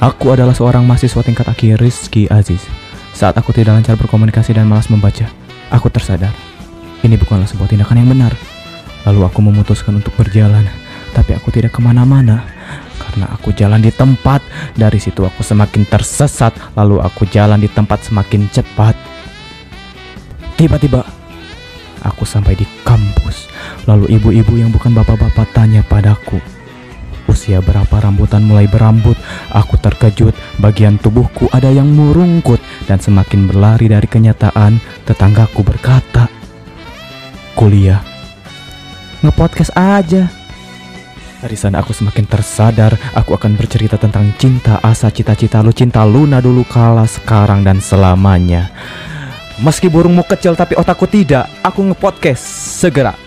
Aku adalah seorang mahasiswa tingkat akhir Rizky Aziz. Saat aku tidak lancar berkomunikasi dan malas membaca, aku tersadar ini bukanlah sebuah tindakan yang benar. Lalu aku memutuskan untuk berjalan, tapi aku tidak kemana-mana karena aku jalan di tempat. Dari situ aku semakin tersesat, lalu aku jalan di tempat semakin cepat. Tiba-tiba aku sampai di kampus. Lalu ibu-ibu yang bukan bapak-bapak tanya padaku, usia berapa rambutan mulai berambut? Aku terkejut, bagian tubuhku ada yang merungkut. Dan semakin berlari dari kenyataan, tetanggaku berkata, kuliah, nge-podcast aja. Dari sana aku semakin tersadar. Aku akan bercerita tentang cinta, asa, cita-cita lu, cinta Luna dulu kala, sekarang, dan selamanya. Meski burungmu kecil tapi otakku tidak, aku nge-podcast segera.